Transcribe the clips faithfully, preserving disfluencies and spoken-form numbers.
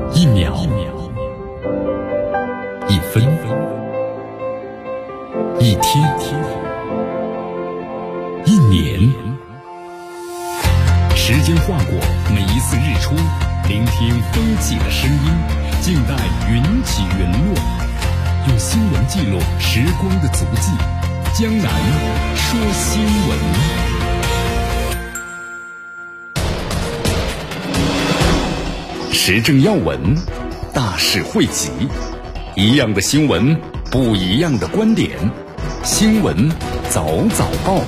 一秒，一分，一天，一年，时间划过每一次日出，聆听风起的声音，静待云起云落，用新闻记录时光的足迹。江南说新闻。时政要闻，大事汇集，一样的新闻，不一样的观点。新闻早早报。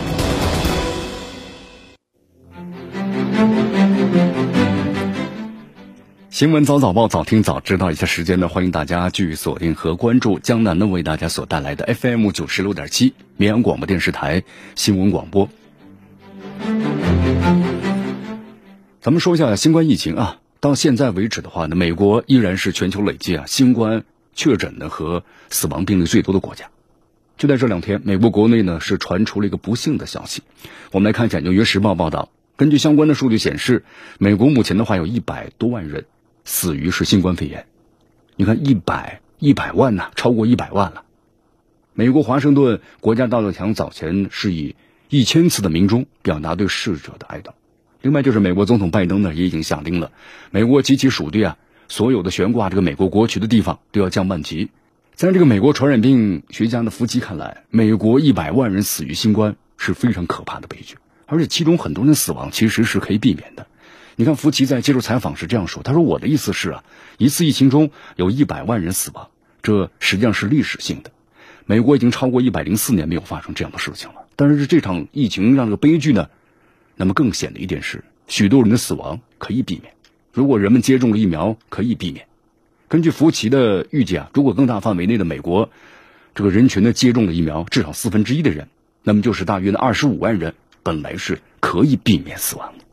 新闻早早报，早听早知道。一下时间呢，欢迎大家继续锁定和关注江南呢为大家所带来的 F M 九十六点七绵阳广播电视台新闻广播。咱们说一下新冠疫情啊。到现在为止的话呢，美国依然是全球累计啊新冠确诊的和死亡病例最多的国家。就在这两天，美国国内呢是传出了一个不幸的消息。我们来看一下《纽约时报》报道，根据相关的数据显示，美国目前的话有一百多万人死于是新冠肺炎。你看一百一百万呢、啊，超过一百万了。美国华盛顿国家大教堂早前是以一千次的鸣钟表达对逝者的哀悼。另外就是美国总统拜登呢也已经下令了，美国及其属地啊，所有的悬挂这个美国国旗的地方都要降半旗。在这个美国传染病学家的夫妻看来，美国一百万人死于新冠是非常可怕的悲剧，而且其中很多人死亡其实是可以避免的。你看福奇在接受采访时这样说，他说我的意思是啊，一次疫情中有一百万人死亡，这实际上是历史性的。美国已经超过一百零四年没有发生这样的事情了，但是这场疫情让这个悲剧呢，那么更显的一点是，许多人的死亡可以避免，如果人们接种了疫苗可以避免。根据福奇的预计啊，如果更大范围内的美国这个人群呢接种了疫苗，至少四分之一的人，那么就是大约的二十五万人本来是可以避免死亡的。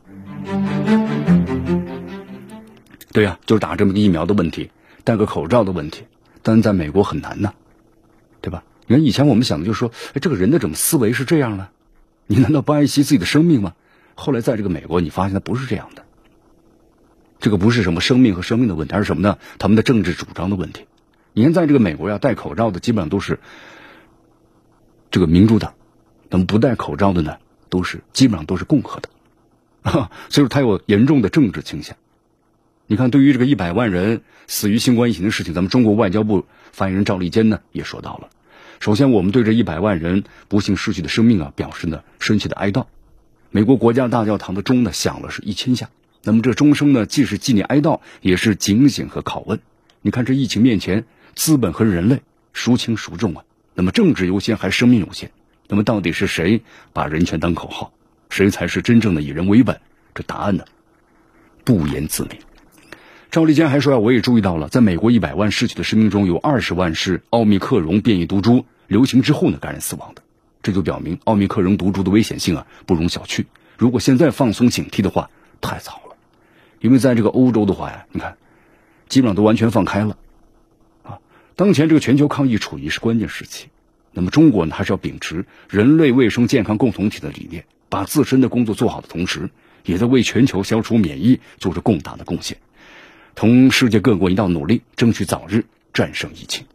对呀、啊，就是打这么个疫苗的问题，戴个口罩的问题，但是在美国很难呢，对吧？你看以前我们想的就是说，哎，这个人的怎么思维是这样呢？你难道不爱惜自己的生命吗？后来在这个美国，你发现它不是这样的。这个不是什么生命和生命的问题，而是什么呢？他们的政治主张的问题。你看在这个美国呀，戴口罩的基本上都是这个民主党，那么不戴口罩的呢，都是基本上都是共和的。所以说他有严重的政治倾向。你看对于这个一百万人死于新冠疫情的事情，咱们中国外交部发言人赵立坚呢也说到了。首先我们对这一百万人不幸逝去的生命啊表示呢深切的哀悼。美国国家大教堂的钟呢响了是一千下，那么这钟声呢既是纪念哀悼，也是警醒和拷问。你看这疫情面前，资本和人类孰轻孰重啊？那么政治优先还是生命优先？那么到底是谁把人权当口号，谁才是真正的以人为本？这答案呢不言自明。赵立坚还说啊，我也注意到了，在美国一百万逝去的生命中，有二十万是奥密克戎变异毒株流行之后呢感染死亡的。这就表明奥密克戎毒株的危险性啊不容小觑。如果现在放松警惕的话，太早了。因为在这个欧洲的话呀，你看基本上都完全放开了啊。当前这个全球抗疫处于是关键时期，那么中国呢还是要秉持人类卫生健康共同体的理念，把自身的工作做好的同时，也在为全球消除免疫做出更大的贡献，同世界各国一道努力，争取早日战胜疫情。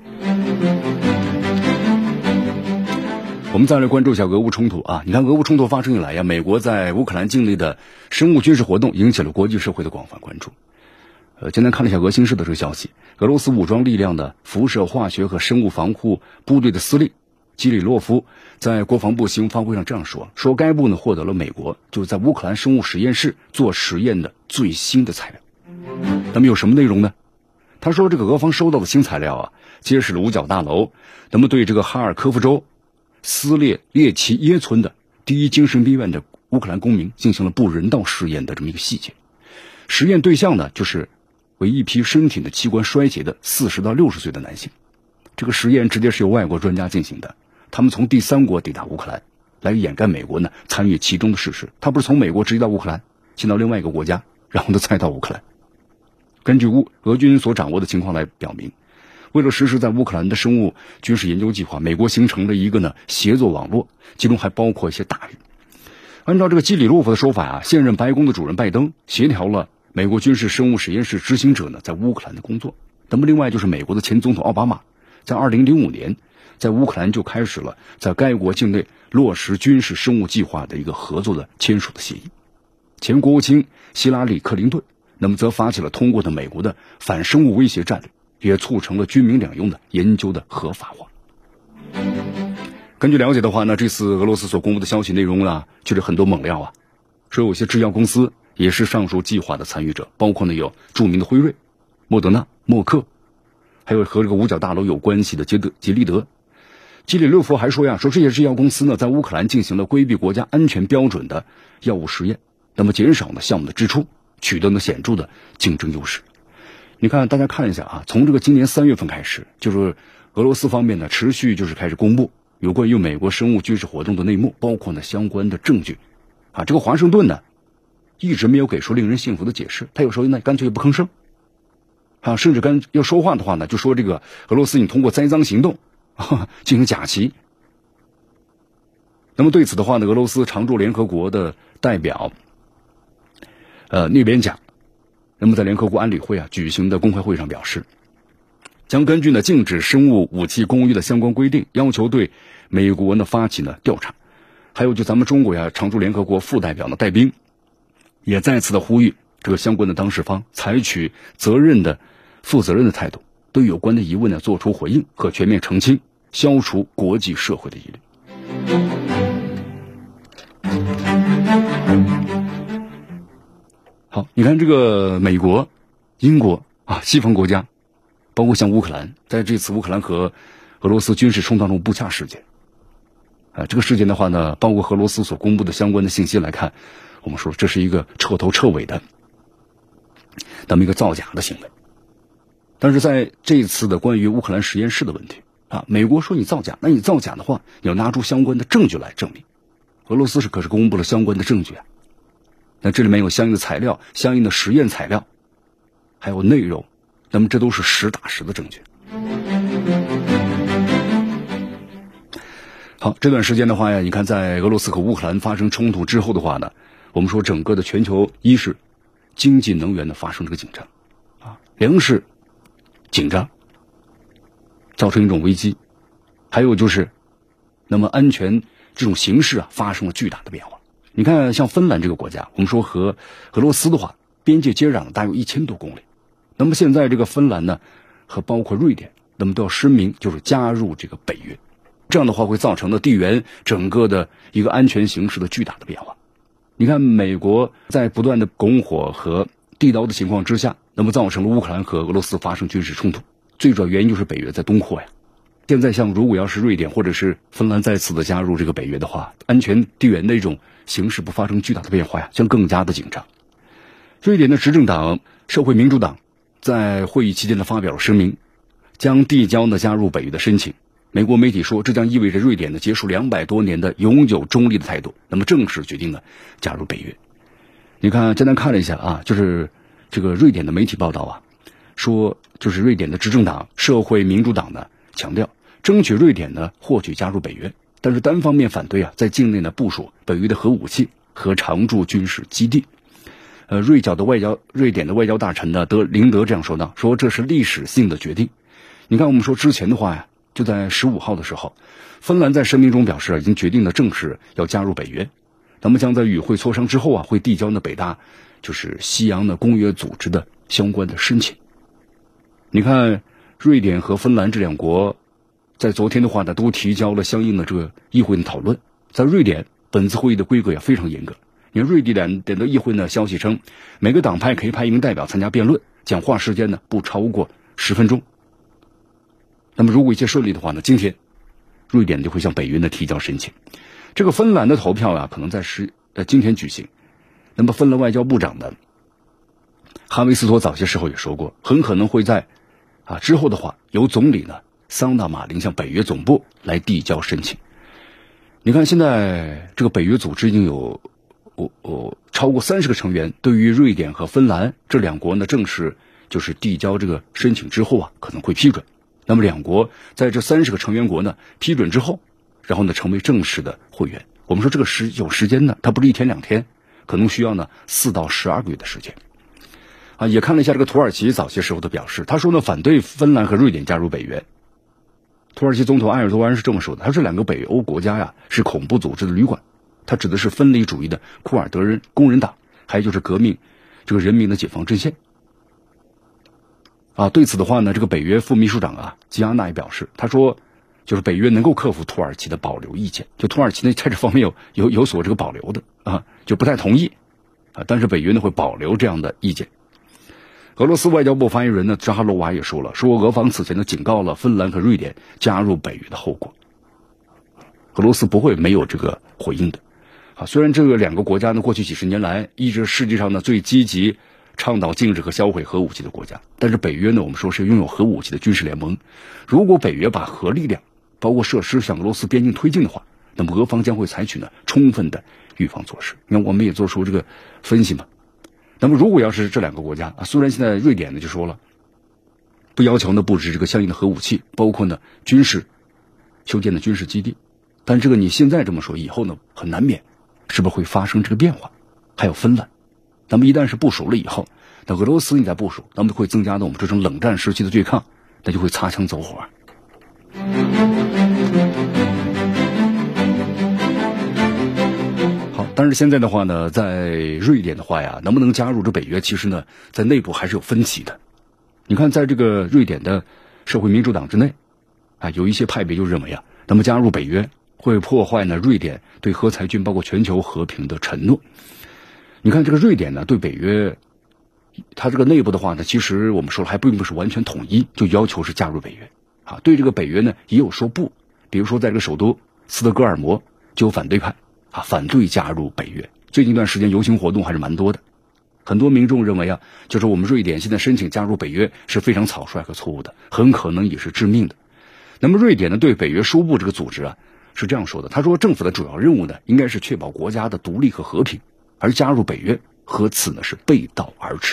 我们再来关注一下俄乌冲突啊！你看俄乌冲突发生以来呀，美国在乌克兰境内的生物军事活动引起了国际社会的广泛关注。呃，今天看了一下俄新社的这个消息，俄罗斯武装力量的辐射化学和生物防护部队的司令基里洛夫在国防部新闻发布会上这样说：说该部呢获得了美国就是在乌克兰生物实验室做实验的最新的材料。那么有什么内容呢？他说这个俄方收到的新材料啊，揭示了五角大楼那么对这个哈尔科夫州斯列列奇耶村的第一精神病院的乌克兰公民进行了不人道实验的这么一个细节。实验对象呢，就是为一批身体的器官衰竭的四十到六十岁的男性。这个实验直接是由外国专家进行的，他们从第三国抵达乌克兰，来掩盖美国呢参与其中的事实。他不是从美国直接到乌克兰，进到另外一个国家，然后呢再到乌克兰。根据乌俄军所掌握的情况来表明，为了实施在乌克兰的生物军事研究计划，美国形成了一个呢协作网络，其中还包括一些大鱼。按照这个基里洛夫的说法啊，现任白宫的主任拜登协调了美国军事生物实验室执行者呢在乌克兰的工作。那么另外就是美国的前总统奥巴马在二零零五年在乌克兰就开始了在该国境内落实军事生物计划的一个合作的签署的协议。前国务卿希拉里·克林顿那么则发起了通过的美国的反生物威胁战略，也促成了军民两用的研究的合法化。根据了解的话呢，这次俄罗斯所公布的消息内容呢，就是很多猛料啊，说有些制药公司也是上述计划的参与者，包括呢有著名的辉瑞、莫德纳、默克，还有和这个五角大楼有关系的吉德吉利德。基里勒夫还说呀，说这些制药公司呢在乌克兰进行了规避国家安全标准的药物实验，那么减少呢项目的支出，取得了显著的竞争优势。你看，大家看一下啊，从这个今年三月份开始，就是俄罗斯方面呢持续就是开始公布有关于美国生物军事活动的内幕，包括呢相关的证据啊。这个华盛顿呢一直没有给出令人信服的解释，他有时候呢干脆不吭声啊，甚至干要说话的话呢，就说这个俄罗斯你通过栽赃行动啊进行假旗。那么对此的话呢，俄罗斯常驻联合国的代表呃涅边贾，那么在联合国安理会啊举行的公开会上表示，将根据呢禁止生物武器公约的相关规定，要求对美国呢发起呢调查。还有就咱们中国呀常驻联合国副代表呢戴兵也再次的呼吁这个相关的当事方采取责任的负责任的态度，对有关的疑问呢做出回应和全面澄清，消除国际社会的疑虑。好，你看这个美国、英国啊，西方国家，包括像乌克兰，在这次乌克兰和俄罗斯军事冲突中不恰事件啊，这个事件的话呢，包括俄罗斯所公布的相关的信息来看，我们说这是一个彻头彻尾的那么一个造假的行为。但是在这次的关于乌克兰实验室的问题啊，美国说你造假，那你造假的话，你要拿出相关的证据来证明。俄罗斯是可是公布了相关的证据啊，那这里面有相应的材料、相应的实验材料，还有内容，那么这都是实打实的证据。好，这段时间的话呀，你看在俄罗斯和乌克兰发生冲突之后的话呢，我们说整个的全球一是经济能源的发生这个紧张啊，粮食紧张，造成一种危机，还有就是那么安全这种形势啊发生了巨大的变化。你看像芬兰这个国家，我们说和俄罗斯的话边界接壤大约一千多公里，那么现在这个芬兰呢和包括瑞典那么都要声明就是加入这个北约，这样的话会造成的地缘整个的一个安全形势的巨大的变化。你看美国在不断的拱火和地刀的情况之下，那么造成了乌克兰和俄罗斯发生军事冲突，最主要原因就是北约在东扩呀。现在像如果要是瑞典或者是芬兰再次的加入这个北约的话，安全地缘的一种形势不发生巨大的变化呀，将更加的紧张。瑞典的执政党社会民主党在会议期间呢发表了声明，将递交呢加入北约的申请。美国媒体说，这将意味着瑞典呢结束两百多年的永久中立的态度，那么正式决定呢加入北约。你看，简单看了一下啊，就是这个瑞典的媒体报道啊，说就是瑞典的执政党社会民主党呢强调，争取瑞典呢获取加入北约，但是单方面反对啊，在境内呢部署北约的核武器和常驻军事基地。呃，瑞角的外交，瑞典的外交大臣呢德林德这样说道，说这是历史性的决定。你看，我们说之前的话呀，就在十五号的时候，芬兰在声明中表示，已经决定了正式要加入北约，那么将在与会磋商之后啊，会递交呢北大就是西洋的公约组织的相关的申请。你看，瑞典和芬兰这两国在昨天的话呢，都提交了相应的这个议会的讨论。在瑞典，本次会议的规格也非常严格。你看，瑞典的议会呢，消息称，每个党派可以派一名代表参加辩论，讲话时间呢不超过十分钟。那么，如果一切顺利的话呢，今天瑞典就会向北约呢提交申请。这个芬兰的投票啊，可能在十呃今天举行。那么，芬兰外交部长呢，哈维斯托早些时候也说过，很可能会在啊之后的话，由总理呢桑纳马林向北约总部来递交申请。你看，现在这个北约组织已经有我我超过三十个成员，对于瑞典和芬兰这两国呢，正式就是递交这个申请之后啊，可能会批准。那么两国在这三十个成员国呢批准之后，然后呢成为正式的会员。我们说这个时有时间呢，它不是一天两天，可能需要呢四到十二个月的时间。 啊，也看了一下这个土耳其早些时候的表示，他说呢，反对芬兰和瑞典加入北约。土耳其总统埃尔多安是这么说的，他说这两个北欧国家呀是恐怖组织的旅馆，他指的是分离主义的库尔德人工人党，还有就是革命这个人民的解放阵线。啊，对此的话呢，这个北约副秘书长啊吉亚纳也表示，他说就是北约能够克服土耳其的保留意见，就土耳其呢在这方面有有有所这个保留的啊，就不太同意啊，但是北约呢会保留这样的意见。俄罗斯外交部发言人呢扎哈罗娃也说了，说俄方此前呢警告了芬兰和瑞典加入北约的后果，俄罗斯不会没有这个回应的。啊，虽然这个两个国家呢过去几十年来一直世界上呢最积极倡导禁止和销毁核武器的国家，但是北约呢我们说是拥有核武器的军事联盟，如果北约把核力量包括设施向俄罗斯边境推进的话，那么俄方将会采取呢充分的预防措施。那我们也做出这个分析嘛。那么如果要是这两个国家啊，虽然现在瑞典呢就说了不要求呢布置这个相应的核武器，包括呢军事修建的军事基地，但这个你现在这么说，以后呢很难免是不是会发生这个变化。还有芬兰，那么一旦是部署了以后，那俄罗斯你再部署，那么会增加的我们这种冷战时期的对抗，那就会擦枪走火。好，但是现在的话呢，在瑞典的话呀，能不能加入这北约，其实呢在内部还是有分歧的。你看在这个瑞典的社会民主党之内啊，有一些派别就认为啊，那么加入北约会破坏呢瑞典对核裁军包括全球和平的承诺。你看这个瑞典呢对北约它这个内部的话呢，其实我们说了还并不是完全统一，就要求是加入北约啊。对这个北约呢也有说不，比如说在这个首都斯德哥尔摩就有反对派啊，反对加入北约。最近一段时间游行活动还是蛮多的，很多民众认为啊，就是我们瑞典现在申请加入北约是非常草率和错误的，很可能也是致命的。那么瑞典呢对北约书部这个组织啊是这样说的，他说政府的主要任务呢应该是确保国家的独立和和平，而加入北约和此呢是背道而驰。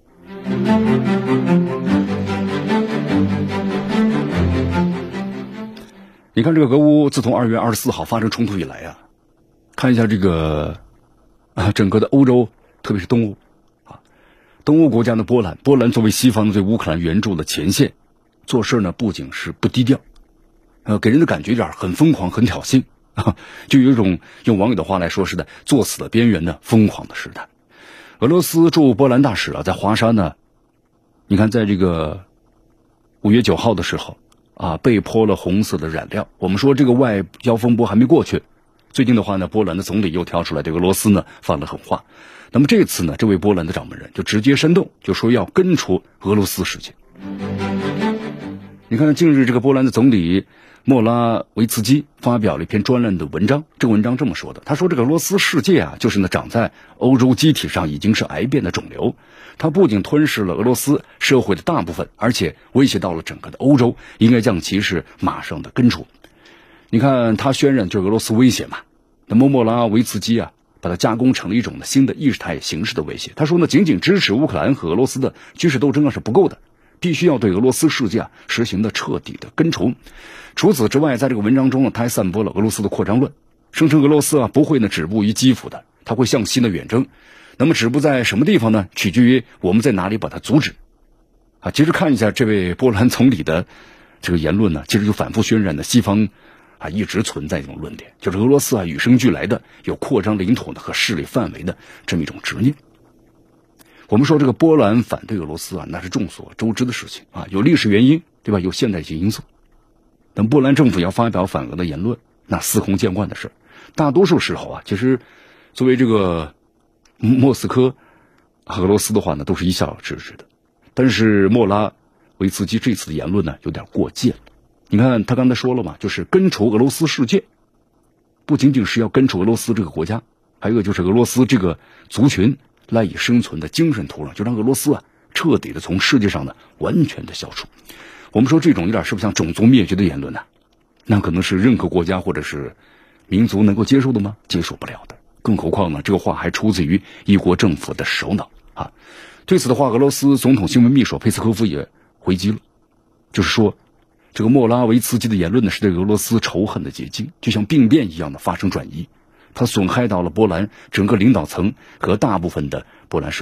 你看这个俄乌自从二月二十四号发生冲突以来啊，看一下这个啊整个的欧洲，特别是东欧啊，东欧国家的波兰，波兰作为西方对乌克兰援助的前线，做事呢不仅是不低调，呃，给人的感觉有点很疯狂、很挑衅啊，就有一种用网友的话来说是的作死的边缘的疯狂的时代。俄罗斯驻波兰大使啊，在华沙呢，你看在这个五月九号的时候啊，被泼了红色的染料。我们说这个外交风波还没过去，最近的话呢，波兰的总理又跳出来对俄罗斯呢放了狠话。那么这次呢，这位波兰的掌门人就直接煽动，就说要根除俄罗斯世界。你看近日这个波兰的总理莫拉维茨基发表了一篇专栏的文章，这个文章这么说的，他说这个俄罗斯世界啊，就是呢长在欧洲机体上已经是癌变的肿瘤，它不仅吞噬了俄罗斯社会的大部分，而且威胁到了整个的欧洲，应该将其是马上的根除。你看他渲染就是俄罗斯威胁嘛，那么莫拉维茨基啊把它加工成了一种新的意识态形式的威胁。他说呢，仅仅支持乌克兰和俄罗斯的军事斗争啊是不够的，必须要对俄罗斯世界啊实行的彻底的根除。除此之外，在这个文章中呢，他还散播了俄罗斯的扩张论，声称俄罗斯啊不会呢止步于基辅的，他会向西的远征。那么止步在什么地方呢？取决于我们在哪里把它阻止。啊，其实看一下这位波兰总理的这个言论呢，其实就反复渲染的西方啊一直存在一种论点，就是俄罗斯啊与生俱来的有扩张领土的和势力范围的这么一种执念。我们说这个波兰反对俄罗斯啊，那是众所周知的事情啊，有历史原因，对吧？有现代性因素。等波兰政府要发表反俄的言论，那司空见惯的事。大多数时候啊，其实作为这个莫斯科、俄罗斯的话呢，都是一笑置之的。但是莫拉维茨基这次的言论呢，有点过界了。你看他刚才说了嘛，就是根除俄罗斯世界，不仅仅是要根除俄罗斯这个国家，还有一个就是俄罗斯这个族群赖以生存的精神土壤，就让俄罗斯啊彻底的从世界上呢完全的消除。我们说这种有点是不是像种族灭绝的言论呢？那可能是任何国家或者是民族能够接受的吗？接受不了的。更何况呢，这个话还出自于一国政府的首脑啊。对此的话，俄罗斯总统新闻秘书佩斯科夫也回击了，就是说这个莫拉维茨基的言论呢是对俄罗斯仇恨的结晶，就像病变一样的发生转移，它损害到了波兰整个领导层和大部分的波兰社会，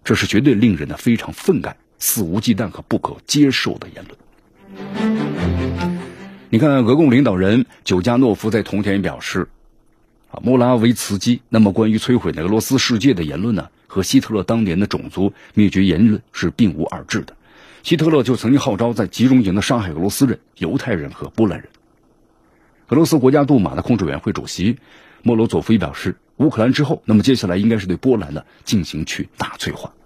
这是绝对令人呢非常愤慨、肆无忌惮和不可接受的言论。你看，俄共领导人久加诺夫在同天也表示，啊，莫拉维茨基那么关于摧毁俄罗斯世界的言论呢，和希特勒当年的种族灭绝言论是并无二致的。希特勒就曾经号召在集中营的杀害俄罗斯人、犹太人和波兰人。俄罗斯国家杜马的控制委员会主席莫罗佐夫也表示，乌克兰之后，那么接下来应该是对波兰呢进行去大催化。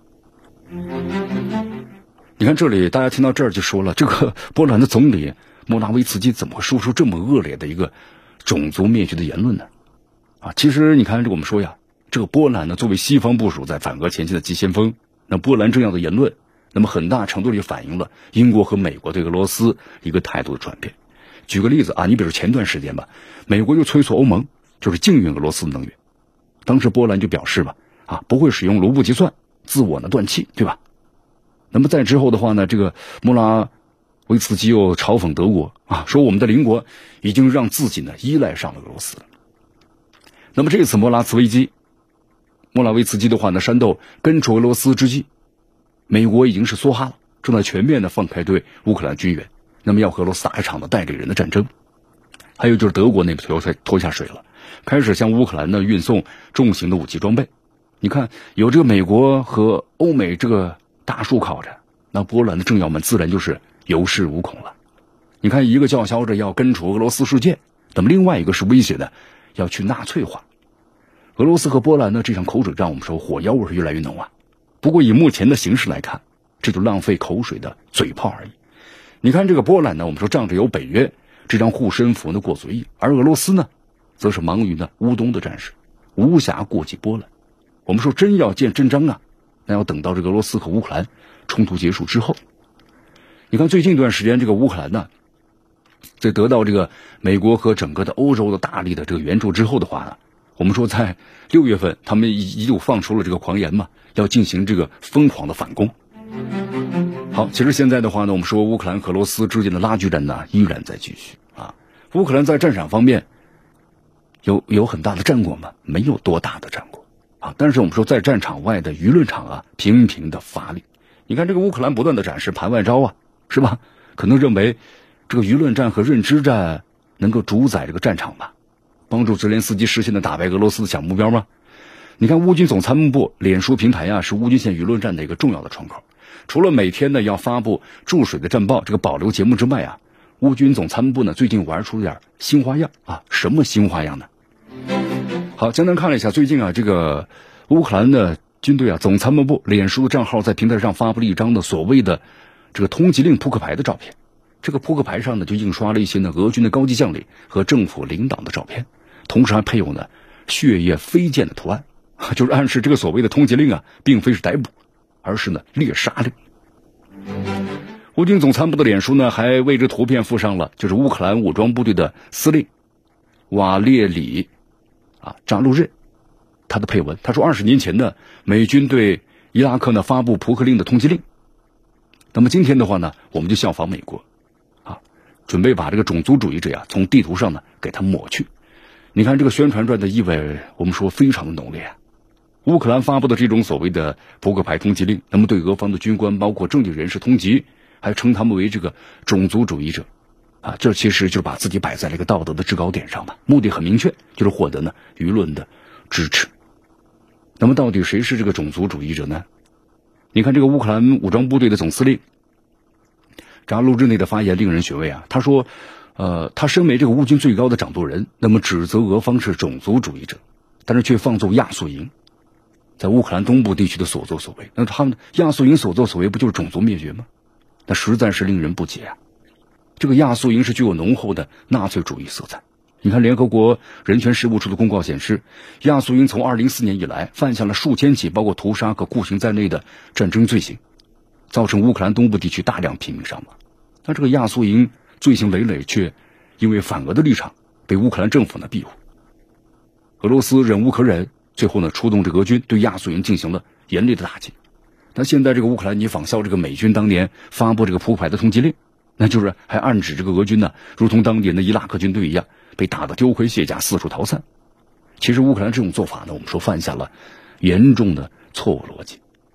你看这里，大家听到这儿就说了，这个波兰的总理莫拉维茨基怎么会说出这么恶劣的一个种族灭绝的言论呢？啊，其实你看这个我们说呀，这个波兰呢作为西方部署在反俄前线的急先锋，那波兰这样的言论，那么很大程度里反映了英国和美国对俄罗斯一个态度的转变。举个例子啊，你比如前段时间吧，美国就催促欧盟就是禁运俄罗斯的能源，当时波兰就表示吧，啊不会使用卢布计算，自我呢断气，对吧？那么在之后的话呢，这个莫拉维茨基又嘲讽德国啊，说我们的邻国已经让自己呢依赖上了俄罗斯了。那么这次莫拉茨维基莫拉维茨基的话呢，煽动根除俄罗斯之际，美国已经是梭哈了，正在全面的放开对乌克兰军援，那么要和俄罗斯打一场的代理人的战争。还有就是德国那边拖拖下水了，开始向乌克兰呢运送重型的武器装备。你看有这个美国和欧美这个大树靠着，那波兰的政要们自然就是有恃无恐了。你看一个叫嚣着要根除俄罗斯世界，那么另外一个是威胁的要去纳粹化。俄罗斯和波兰呢这场口水战，我们说火药味是越来越浓啊。不过以目前的形势来看，这就浪费口水的嘴炮而已。你看这个波兰呢，我们说仗着有北约这张护身符呢过嘴瘾，而俄罗斯呢则是忙于呢乌东的战事，无暇顾及波兰。我们说真要见真章啊，那要等到这个俄罗斯和乌克兰冲突结束之后。你看最近一段时间，这个乌克兰呢在得到这个美国和整个的欧洲的大力的这个援助之后的话呢，我们说在六月份他们一度放出了这个狂言嘛，要进行这个疯狂的反攻。好，其实现在的话呢，我们说乌克兰和俄罗斯之间的拉锯战呢依然在继续啊。乌克兰在战场方面有有很大的战果吗？没有多大的战果啊。但是我们说在战场外的舆论场啊，频频的发力。你看这个乌克兰不断的展示盘外招啊，是吧？可能认为这个舆论战和认知战能够主宰这个战场吧，帮助泽连斯基实现的打败俄罗斯的小目标吗？你看乌军总参谋部脸书平台啊，是乌军线舆论战的一个重要的窗口。除了每天呢要发布注水的战报这个保留节目之外啊，乌军总参谋部呢最近玩出了点新花样啊。什么新花样呢？好，简单看了一下最近啊，这个乌克兰的军队啊总参谋部脸书的账号在平台上发布了一张的所谓的这个通缉令扑克牌的照片。这个扑克牌上呢就印刷了一些呢俄军的高级将领和政府领导的照片，同时还配有呢血液飞溅的图案，就是暗示这个所谓的通缉令啊并非是逮捕，而是呢猎杀令。乌军总参谋部的脸书呢还为这图片附上了就是乌克兰武装部队的司令瓦列里啊扎路任他的配文，他说二十年前呢美军对伊拉克呢发布扑克令的通缉令，那么今天的话呢我们就效仿美国啊，准备把这个种族主义者呀从地图上呢给他抹去。你看这个宣传战的意味我们说非常的浓烈啊。乌克兰发布的这种所谓的扑克牌通缉令，那么对俄方的军官包括政界人士通缉，还称他们为这个种族主义者啊，这其实就把自己摆在了一个道德的制高点上嘛，目的很明确，就是获得呢舆论的支持。那么到底谁是这个种族主义者呢？你看这个乌克兰武装部队的总司令扎卢日内的发言令人寻味啊，他说呃，他身为这个乌军最高的掌舵人，那么指责俄方是种族主义者，但是却放纵亚速营在乌克兰东部地区的所作所为，那他们亚速营所作所为不就是种族灭绝吗？那实在是令人不解啊。这个亚速营是具有浓厚的纳粹主义色彩。你看联合国人权事务处的公告显示，亚速营从二零零四年以来犯下了数千起包括屠杀和酷刑在内的战争罪行，造成乌克兰东部地区大量平民伤亡。那这个亚速营罪行累累，却因为反俄的立场被乌克兰政府呢庇护。俄罗斯忍无可忍，最后呢出动这俄军对亚速营进行了严厉的打击。那现在这个乌克兰你仿效这个美军当年发布这个扑克牌的通缉令，那就是还暗指这个俄军呢如同当年的伊拉克军队一样被打得丢盔卸甲四处逃散。其实乌克兰这种做法呢，我们说犯下了严重的错误逻辑。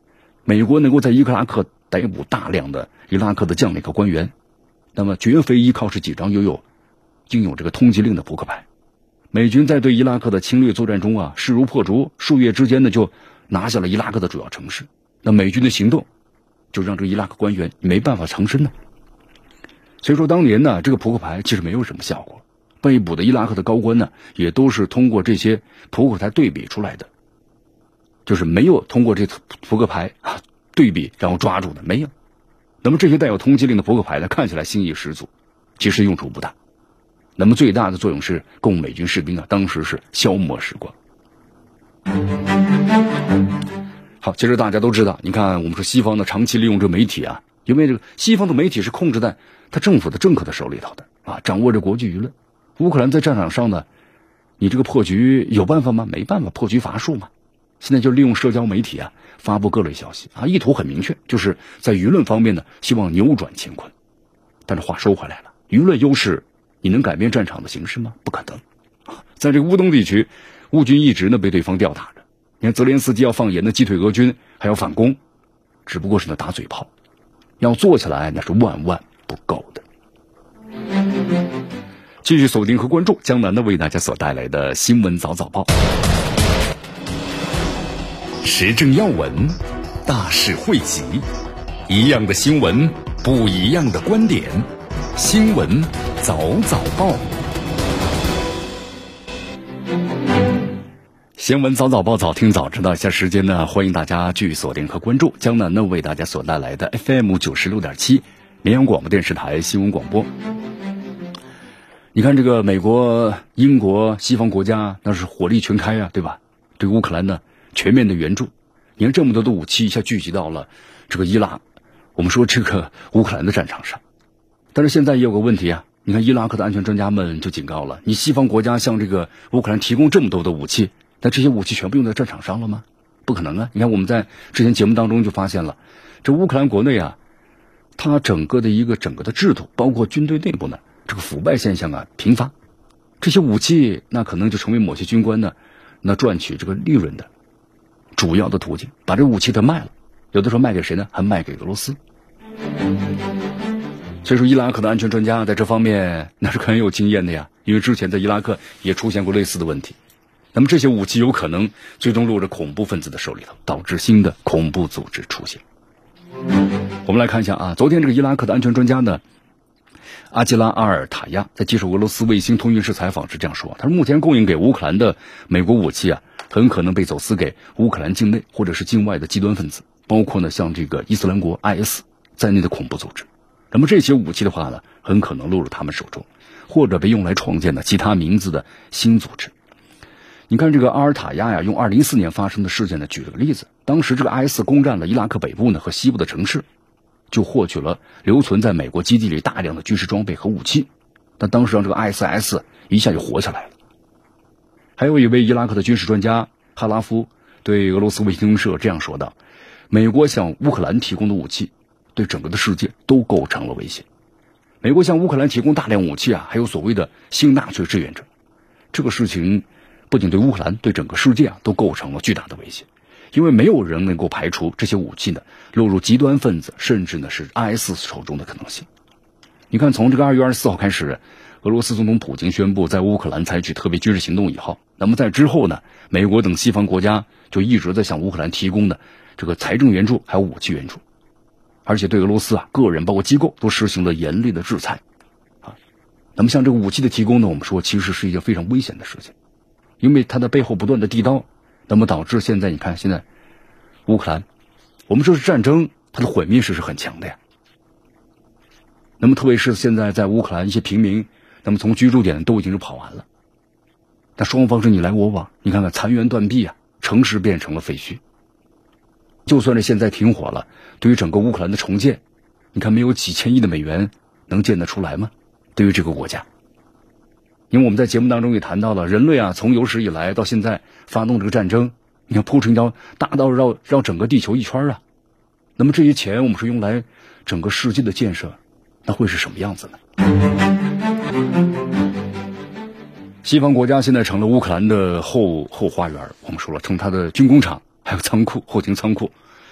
美国能够在伊拉克逮捕大量的伊拉克的将领和官员，那么绝非依靠是几张拥有拥有这个通缉令的扑克牌。美军在对伊拉克的侵略作战中啊，势如破竹，数月之间呢就拿下了伊拉克的主要城市。那美军的行动就让这个伊拉克官员没办法藏身呢。所以说当年呢，这个扑克牌其实没有什么效果，被捕的伊拉克的高官呢，也都是通过这些扑克牌对比出来的，就是没有通过这扑克牌啊对比然后抓住的，没有。那么这些带有通缉令的扑克牌呢，看起来新意十足，其实用处不大。那么最大的作用是供美军士兵啊，当时是消磨时光。好，其实大家都知道，你看我们说西方呢长期利用这媒体啊，因为这个西方的媒体是控制在他政府的政客的手里头的啊，掌握着国际舆论。乌克兰在战场上呢，你这个破局有办法吗？没办法，破局乏术嘛。现在就利用社交媒体啊，发布各类消息啊，意图很明确，就是在舆论方面呢，希望扭转乾坤。但是话说回来了，舆论优势你能改变战场的形势吗？不可能。在这个乌东地区，乌军一直呢被对方吊打着。你看泽连斯基要放眼的击退俄军，还要反攻，只不过是呢打嘴炮，要做起来那是万万不够的。继续锁定和关注江南的为大家所带来的新闻早早报，时政要闻，大事汇集，一样的新闻，不一样的观点，新闻早早报。新闻早早报，早听早知道。一下时间呢，欢迎大家继续锁定和关注江南呢为大家所带来的 F M 九十六点七绵阳广播电视台新闻广播。你看这个美国、英国、西方国家那是火力全开啊，对吧？对乌克兰呢全面的援助。你看这么多的武器一下聚集到了这个伊拉，我们说这个乌克兰的战场上。但是现在也有个问题啊，你看伊拉克的安全专家们就警告了，你西方国家向这个乌克兰提供这么多的武器，但这些武器全部用在战场上了吗？不可能啊！你看我们在之前节目当中就发现了，这乌克兰国内啊，它整个的一个整个的制度，包括军队内部呢，这个腐败现象啊频发。这些武器那可能就成为某些军官呢那赚取这个利润的主要的途径，把这武器他卖了，有的时候卖给谁呢？还卖给俄罗斯。所以说伊拉克的安全专家在这方面那是很有经验的呀，因为之前在伊拉克也出现过类似的问题。那么这些武器有可能最终落着恐怖分子的手里头，导致新的恐怖组织出现。我们来看一下啊，昨天这个伊拉克的安全专家呢阿基拉阿尔塔亚在接受俄罗斯卫星通讯社采访时这样说，他说目前供应给乌克兰的美国武器啊，很可能被走私给乌克兰境内或者是境外的极端分子，包括呢像这个伊斯兰国 I S 在内的恐怖组织。那么这些武器的话呢，很可能落入他们手中，或者被用来创建的其他名字的新组织。你看这个阿尔塔亚呀，用二零一四年发生的事件呢举了个例子，当时这个 I S 攻占了伊拉克北部呢和西部的城市，就获取了留存在美国基地里大量的军事装备和武器，但当时让这个 I S S 一下就火起来了。还有一位伊拉克的军事专家哈拉夫对俄罗斯卫星社这样说道，美国向乌克兰提供的武器对整个的世界都构成了威胁。美国向乌克兰提供大量武器啊，还有所谓的新纳粹志愿者，这个事情不仅对乌克兰，对整个世界啊都构成了巨大的威胁。因为没有人能够排除这些武器呢落入极端分子甚至呢是 I S 手中的可能性。你看从这个二月二十四号开始，俄罗斯总统普京宣布在乌克兰采取特别军事行动以后，那么在之后呢，美国等西方国家就一直在向乌克兰提供的这个财政援助还有武器援助，而且对俄罗斯啊个人包括机构都实行了严厉的制裁啊。那么像这个武器的提供呢，我们说其实是一件非常危险的事情，因为它的背后不断的递刀，那么导致现在你看现在乌克兰，我们说是战争，它的毁灭式是很强的呀。那么特别是现在在乌克兰一些平民，那么从居住点都已经是跑完了，那双方是你来我往，你看看残垣断壁啊，城市变成了废墟。就算是现在停火了，对于整个乌克兰的重建，你看没有几千亿的美元能建得出来吗？对于这个国家，因为我们在节目当中也谈到了，人类啊从有史以来到现在发动这个战争，你看铺成一条大道绕绕整个地球一圈啊，那么这些钱我们是用来整个世界的建设，那会是什么样子呢？西方国家现在成了乌克兰的后后花园，我们说了，成它的军工厂还有仓库后勤仓库，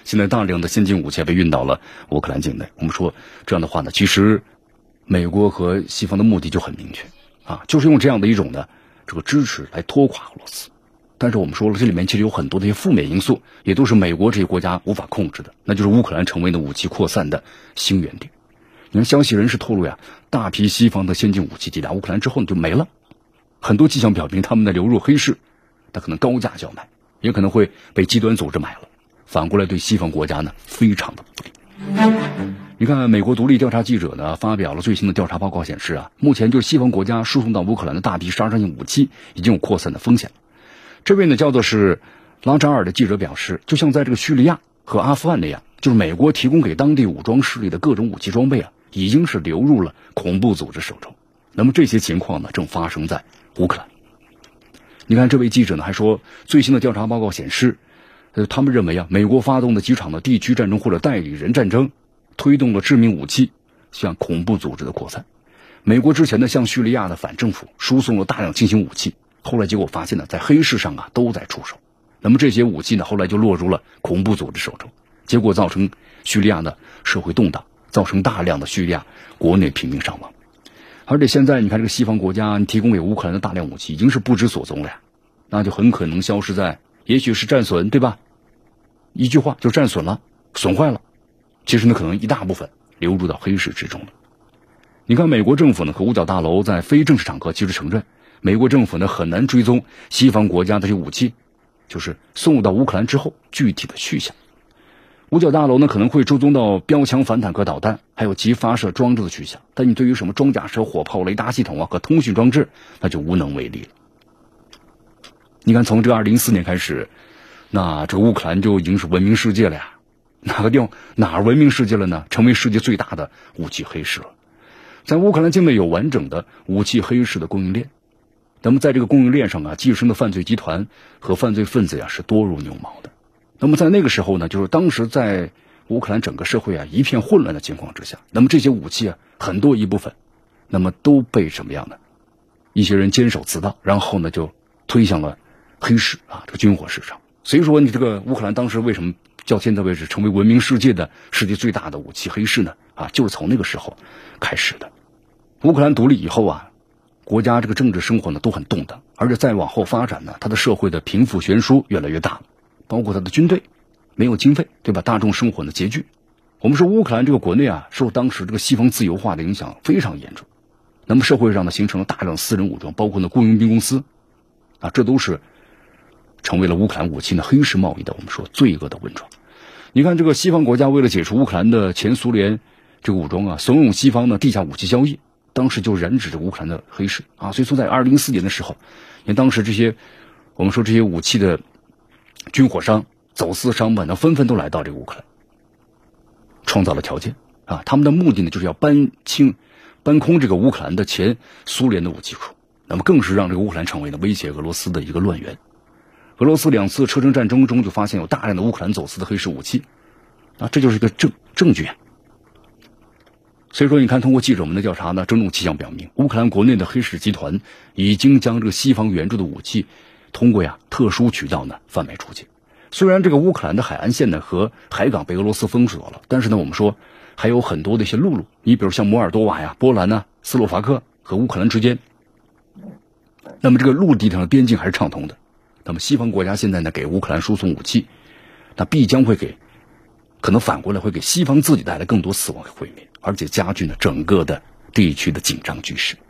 现在大量的先进武器被运到了乌克兰境内。我们说这样的话呢，其实美国和西方的目的就很明确啊，就是用这样的一种呢这个支持来拖垮俄罗斯。但是我们说了，这里面其实有很多的一些负面因素，也都是美国这些国家无法控制的，那就是乌克兰成为了武器扩散的新源地。你看消息人士透露呀，大批西方的先进武器抵达乌克兰之后呢就没了，很多迹象表明他们的流入黑市，他可能高价叫卖，也可能会被极端组织买了，反过来对西方国家呢非常的不利。你看美国独立调查记者呢发表了最新的调查报告显示啊，目前就是西方国家输送到乌克兰的大批杀伤性武器已经有扩散的风险了。这位呢叫做是拉扎尔的记者表示，就像在这个叙利亚和阿富汗那样，就是美国提供给当地武装势力的各种武器装备啊，已经是流入了恐怖组织手中。那么这些情况呢正发生在乌克兰。你看这位记者呢还说，最新的调查报告显示，呃，他们认为啊，美国发动的几场的地区战争或者代理人战争，推动了致命武器向恐怖组织的扩散。美国之前呢向叙利亚的反政府输送了大量轻型武器，后来结果发现呢，在黑市上啊都在出手。那么这些武器呢，后来就落入了恐怖组织手中，结果造成叙利亚的社会动荡，造成大量的叙利亚国内平民伤亡。而且现在你看，这个西方国家提供给乌克兰的大量武器已经是不知所踪了呀，那就很可能消失在，也许是战损，对吧？一句话就战损了，损坏了。其实呢，可能一大部分流入到黑市之中了。你看，美国政府呢和五角大楼在非正式场合其实承认，美国政府呢很难追踪西方国家的这些武器，就是送入到乌克兰之后具体的去向。五角大楼呢可能会追踪到标枪反坦克导弹，还有其发射装置的去向，但你对于什么装甲车、火炮、雷达系统啊和通讯装置，那就无能为力了。你看，从这个二零一四年开始，那这个乌克兰就已经是闻名世界了呀。哪个地方哪儿闻名世界了呢？成为世界最大的武器黑市了。在乌克兰境内有完整的武器黑市的供应链，那么在这个供应链上啊，寄生的犯罪集团和犯罪分子呀、啊、是多如牛毛的。那么在那个时候呢，就是当时在乌克兰整个社会啊一片混乱的情况之下，那么这些武器啊很多一部分，那么都被什么样的一些人坚守自盗，然后呢就推向了黑市啊这个军火市场。所以说你这个乌克兰当时为什么到现在为止成为闻名世界的世界最大的武器黑市呢？啊，就是从那个时候开始的。乌克兰独立以后啊，国家这个政治生活呢都很动荡，而且再往后发展呢，它的社会的贫富悬殊越来越大，包括它的军队没有经费，对吧？大众生活呢拮据。我们说乌克兰这个国内啊，受当时这个西方自由化的影响非常严重。那么社会上呢形成了大量私人武装，包括呢雇佣兵公司啊，这都是成为了乌克兰武器呢黑市贸易的我们说罪恶的温床。你看这个西方国家为了解除乌克兰的前苏联这个武装啊，怂恿西方的地下武器交易，当时就染指着乌克兰的黑市啊。所以说在二零一四年的时候，因为当时这些我们说这些武器的军火商、走私商们呢纷纷都来到这个乌克兰，创造了条件啊。他们的目的呢就是要搬清搬空这个乌克兰的前苏联的武器库，那么更是让这个乌克兰成为了威胁俄罗斯的一个乱源。俄罗斯两次车臣战争中就发现有大量的乌克兰走私的黑市武器啊，这就是一个证证据啊。所以说你看，通过记者们的调查呢，种种迹象表明，乌克兰国内的黑市集团已经将这个西方援助的武器通过呀特殊渠道呢贩卖出去。虽然这个乌克兰的海岸线呢和海港被俄罗斯封锁了，但是呢我们说还有很多的一些陆路，你比如像摩尔多瓦呀、波兰啊、斯洛伐克和乌克兰之间，那么这个陆地上的边境还是畅通的。那么西方国家现在呢给乌克兰输送武器，那必将会给可能反过来会给西方自己带来更多死亡和毁灭，而且加剧了整个的地区的紧张局势。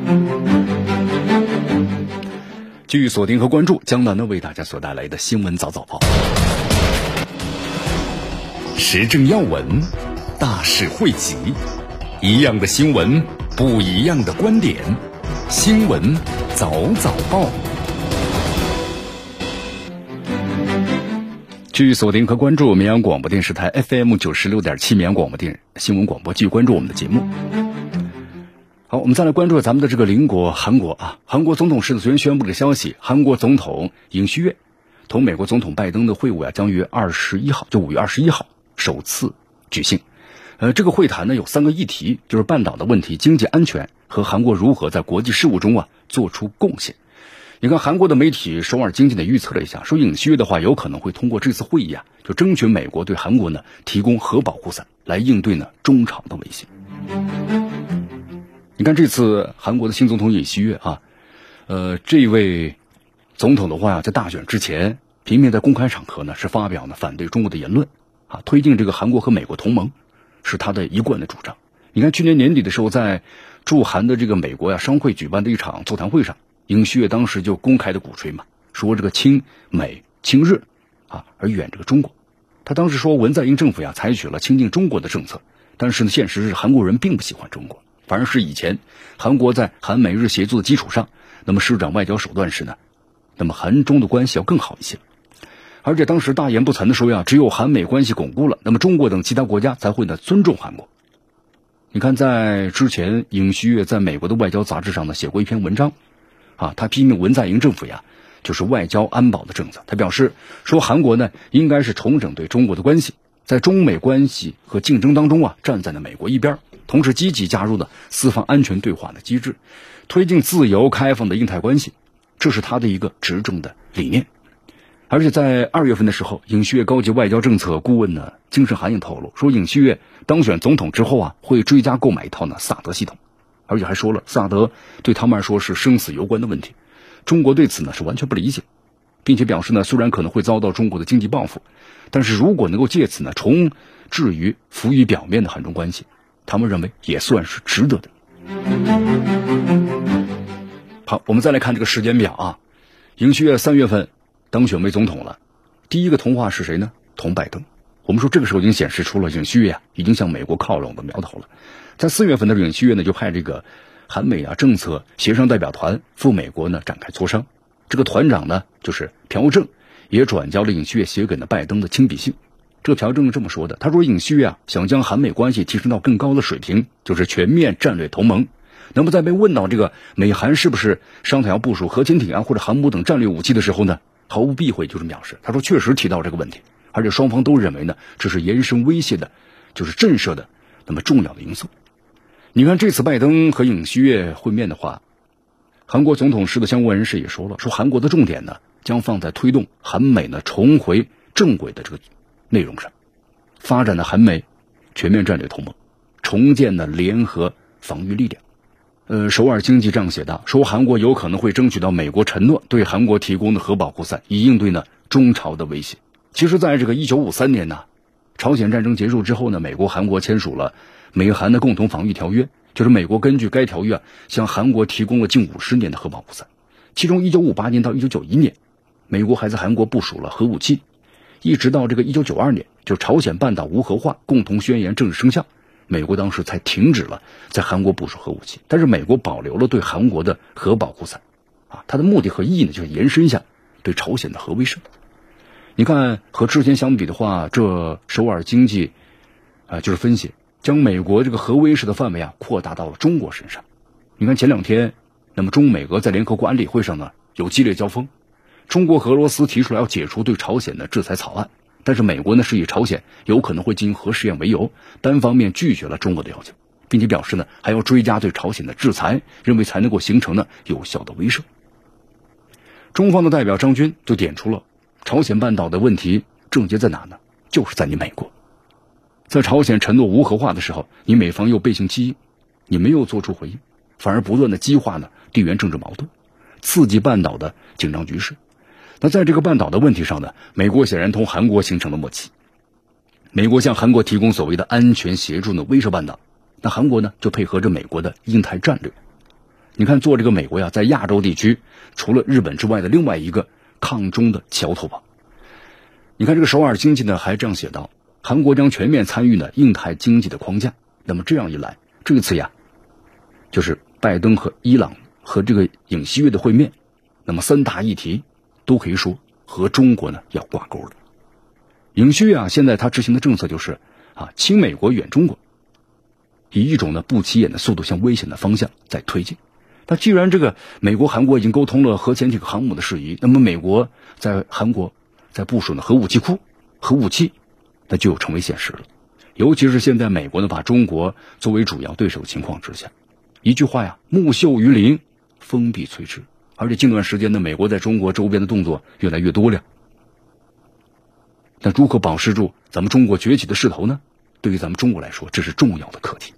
继续锁定和关注江南呢为大家所带来的新闻早早报， 时政要闻，大事汇集，一样的新闻，不一样的观点，新闻早早报。 继续锁定和关注绵阳广播电视台 F M 九十六点七绵阳广播电新闻广播，继续关注我们的节目。好，我们再来关注咱们的这个邻国韩国啊，韩国总统室昨天宣布的消息，韩国总统尹锡悦同美国总统拜登的会晤啊，将于二十一号，就五月二十一号首次举行。呃，这个会谈呢有三个议题，就是半岛的问题、经济安全和韩国如何在国际事务中啊做出贡献。 你看韩国的媒体首尔经济呢预测了一下，说尹锡悦的话有可能会通过这次会议啊，就争取美国对韩国呢提供核保护伞，来应对呢中朝的威胁。你看这次韩国的新总统尹锡悦啊，呃，这位总统的话呀、啊，在大选之前频频在公开场合呢是发表呢反对中国的言论啊，推进这个韩国和美国同盟是他的一贯的主张。你看去年年底的时候，在驻韩的这个美国呀、啊、商会举办的一场座谈会上，尹锡悦当时就公开的鼓吹嘛，说这个亲美亲日啊，而远这个中国。他当时说文在寅政府呀采取了亲近中国的政策，但是呢，现实是韩国人并不喜欢中国，反而是以前韩国在韩美日协作的基础上，那么施展外交手段时呢，那么韩中的关系要更好一些。而且当时大言不惭的说呀，只有韩美关系巩固了，那么中国等其他国家才会呢尊重韩国。你看，在之前尹锡悦在美国的外交杂志上呢写过一篇文章啊，他批评文在寅政府呀就是外交安保的政策。他表示说，韩国呢应该是重整对中国的关系，在中美关系和竞争当中啊站在了美国一边，同时积极加入了四方安全对话的机制，推进自由开放的印太关系，这是他的一个执政的理念。而且在二月份的时候，尹锡悦高级外交政策顾问呢金圣涵也透露说，尹锡悦当选总统之后啊，会追加购买一套呢萨德系统，而且还说了萨德对他们来说是生死攸关的问题，中国对此呢是完全不理解，并且表示呢，虽然可能会遭到中国的经济报复，但是如果能够借此呢重置于浮于表面的韩中关系，他们认为也算是值得的。好，我们再来看这个时间表啊，尹锡悦三月份当选为总统了，第一个通话是谁呢？同拜登。我们说这个时候已经显示出了尹锡悦啊已经向美国靠拢的苗头了。在四月份的尹锡悦呢就派这个韩美啊政策协商代表团赴美国呢展开磋商，这个团长呢就是朴正，也转交了尹锡悦写给了拜登的亲笔信。这个朴正这么说的，他说尹锡悦啊想将韩美关系提升到更高的水平，就是全面战略同盟。那么在被问到这个美韩是不是商讨要部署核潜艇啊或者航母等战略武器的时候呢，毫无避讳就是表示，他说确实提到这个问题，而且双方都认为呢这是延伸威胁的，就是震慑的那么重要的因素。你看这次拜登和尹锡悦会面的话，韩国总统室的相关人士也说了，说韩国的重点呢将放在推动韩美呢重回正轨的这个内容上，发展的韩美全面战略同盟，重建的联合防御力量。呃，首尔经济这样写的，说韩国有可能会争取到美国承诺对韩国提供的核保护伞，以应对呢中朝的威胁。其实在这个一九五三年呢，朝鲜战争结束之后呢，美国韩国签署了美韩的共同防御条约，就是美国根据该条约啊，向韩国提供了近五十年的核保护伞。其中一九五八年到一九九一年，美国还在韩国部署了核武器，一直到这个一九九二年，就朝鲜半岛无核化共同宣言正式生效，美国当时才停止了在韩国部署核武器，但是美国保留了对韩国的核保护伞啊，它的目的和意义呢，就是延伸一下对朝鲜的核威慑。你看和之前相比的话，这首尔经济啊、呃、就是分析将美国这个核威慑的范围啊扩大到了中国身上。你看前两天，那么中美俄在联合国安理会上呢有激烈交锋，中国和俄罗斯提出来要解除对朝鲜的制裁草案，但是美国呢是以朝鲜有可能会进行核试验为由，单方面拒绝了中国的要求，并且表示呢还要追加对朝鲜的制裁，认为才能够形成呢有效的威慑。中方的代表张军就点出了朝鲜半岛的问题症结在哪呢？就是在你美国。在朝鲜承诺无核化的时候，你美方又背信弃义，你没有做出回应，反而不断的激化呢地缘政治矛盾，刺激半岛的紧张局势。那在这个半岛的问题上呢，美国显然同韩国形成了默契。美国向韩国提供所谓的安全协助呢，威慑半岛，那韩国呢就配合着美国的印太战略。你看做这个美国呀，在亚洲地区除了日本之外的另外一个抗中的桥头堡。你看这个首尔经济呢还这样写道，韩国将全面参与呢印太经济的框架。那么这样一来，这次呀就是拜登和伊朗和这个尹锡悦的会面，那么三大议题都可以说和中国呢要挂钩的。尹锡悦啊现在他执行的政策就是啊亲美国远中国，以一种呢不起眼的速度向危险的方向在推进。那既然这个美国韩国已经沟通了核潜艇航母的事宜，那么美国在韩国在部署呢核武器库、核武器，那就成为现实了。尤其是现在美国呢把中国作为主要对手的情况之下，一句话呀，木秀于林，风必摧之。 而且近段时间呢，美国在中国周边的动作越来越多了。但如何保持住咱们中国崛起的势头呢？对于咱们中国来说，这是重要的课题。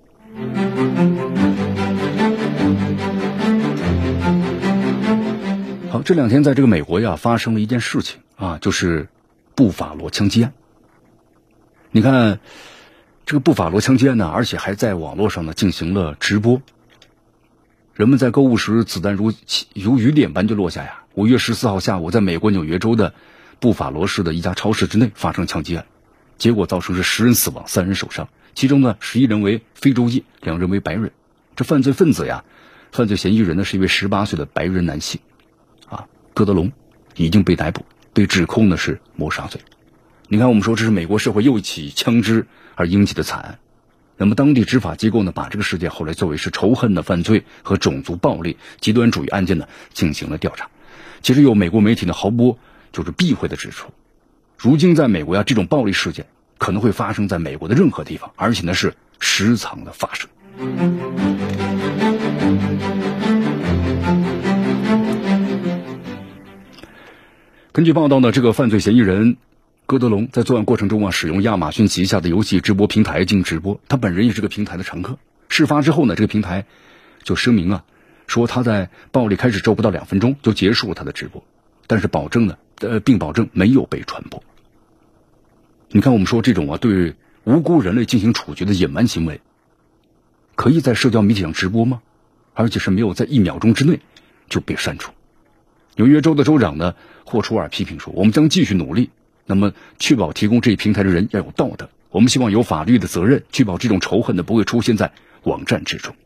好，这两天在这个美国呀，发生了一件事情啊，就是布法罗枪击案。你看这个布法罗枪击案呢，而且还在网络上呢进行了直播。人们在购物时，子弹如如雨点般就落下呀。五月十四号下午，在美国纽约州的布法罗市的一家超市之内发生枪击案，结果造成是十人死亡，三人受伤，其中呢十一人为非洲裔，两人为白人。这犯罪分子呀，犯罪嫌疑人呢是一位十八岁的白人男性，啊，戈德龙已经被逮捕，被指控呢是谋杀罪。你看，我们说这是美国社会又一起枪支而引起的惨案。那么当地执法机构呢，把这个事件后来作为是仇恨的犯罪和种族暴力、极端主义案件呢进行了调查。其实有美国媒体呢毫不就是避讳的指出，如今在美国呀，这种暴力事件可能会发生在美国的任何地方，而且呢是时常的发生。根据报道呢，这个犯罪嫌疑人戈德龙在作案过程中啊，使用亚马逊旗下的游戏直播平台进行直播，他本人也是个平台的常客。事发之后呢，这个平台就声明啊，说他在暴力开始之后不到两分钟就结束了他的直播，但是保证呢，呃，并保证没有被传播。你看，我们说这种啊，对无辜人类进行处决的野蛮行为，可以在社交媒体上直播吗？而且是没有在一秒钟之内就被删除。纽约州的州长呢，霍楚尔批评说，我们将继续努力，那么确保提供这一平台的人要有道德，我们希望有法律的责任，确保这种仇恨呢不会出现在网站之中。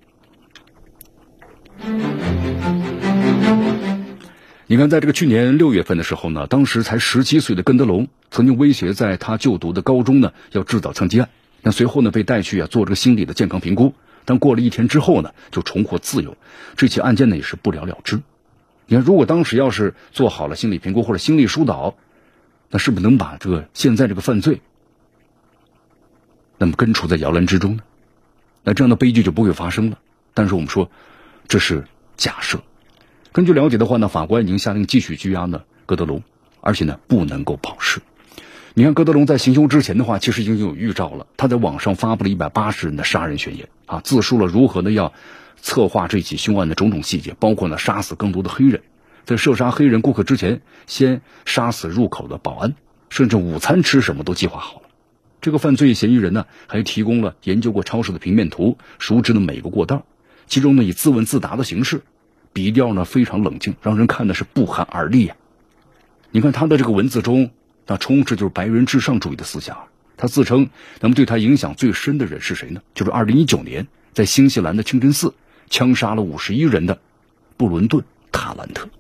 你看，在这个去年六月份的时候呢，当时才十七岁的根德龙曾经威胁在他就读的高中呢要制造枪击案，那随后呢被带去啊做这个心理的健康评估，但过了一天之后呢就重获自由，这起案件呢也是不了了之。你看，如果当时要是做好了心理评估或者心理疏导，那是不是能把这个现在这个犯罪那么根除在摇篮之中呢？那这样的悲剧就不会发生了。但是我们说这是假设。根据了解的话呢，法官已经下令继续拘押呢戈德龙，而且呢不能够保释。你看，戈德龙在行凶之前的话，其实已经有预兆了。他在网上发布了一百八十人的杀人宣言啊，自述了如何呢要策划这起凶案的种种细节，包括呢杀死更多的黑人，在射杀黑人顾客之前，先杀死入口的保安，甚至午餐吃什么都计划好了。这个犯罪嫌疑人呢，还提供了研究过超市的平面图，熟知的每个过道，其中呢以自问自答的形式，笔调呢非常冷静，让人看的是不寒而栗呀、啊。你看他的这个文字中，那充斥就是白人至上主义的思想。他自称，那么对他影响最深的人是谁呢？就是二零一九年在新西兰的清真寺枪杀了五十一人的布伦顿·塔兰特。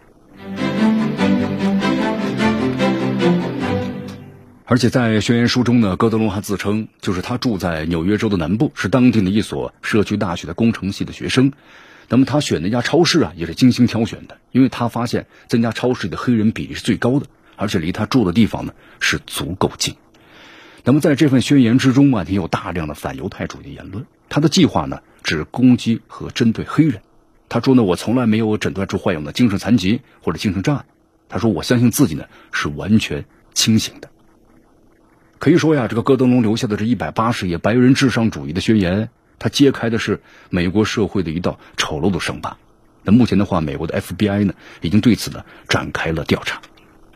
而且在宣言书中呢，戈德龙还自称，就是他住在纽约州的南部，是当地的一所社区大学的工程系的学生。那么他选的一家超市啊，也是精心挑选的，因为他发现这家超市里的黑人比例是最高的，而且离他住的地方呢是足够近。那么在这份宣言之中啊，也有大量的反犹太主义的言论。他的计划呢，只攻击和针对黑人。他说呢，我从来没有诊断出患有的精神残疾或者精神障碍。他说，我相信自己呢是完全清醒的。可以说呀，这个戈德龙留下的这一百八十页白人至上主义的宣言，它揭开的是美国社会的一道丑陋的伤疤。那目前的话，美国的 F B I 呢，已经对此呢展开了调查。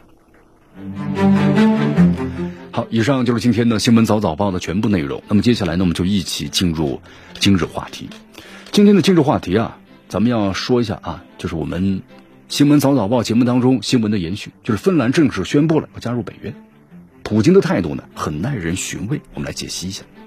好，以上就是今天的新闻早早报的全部内容。那么接下来呢，我们就一起进入今日话题。今天的今日话题啊，咱们要说一下啊，就是我们新闻早早报节目当中新闻的延续，就是芬兰正式宣布了要加入北约。普京的态度呢，很耐人寻味，我们来解析一下。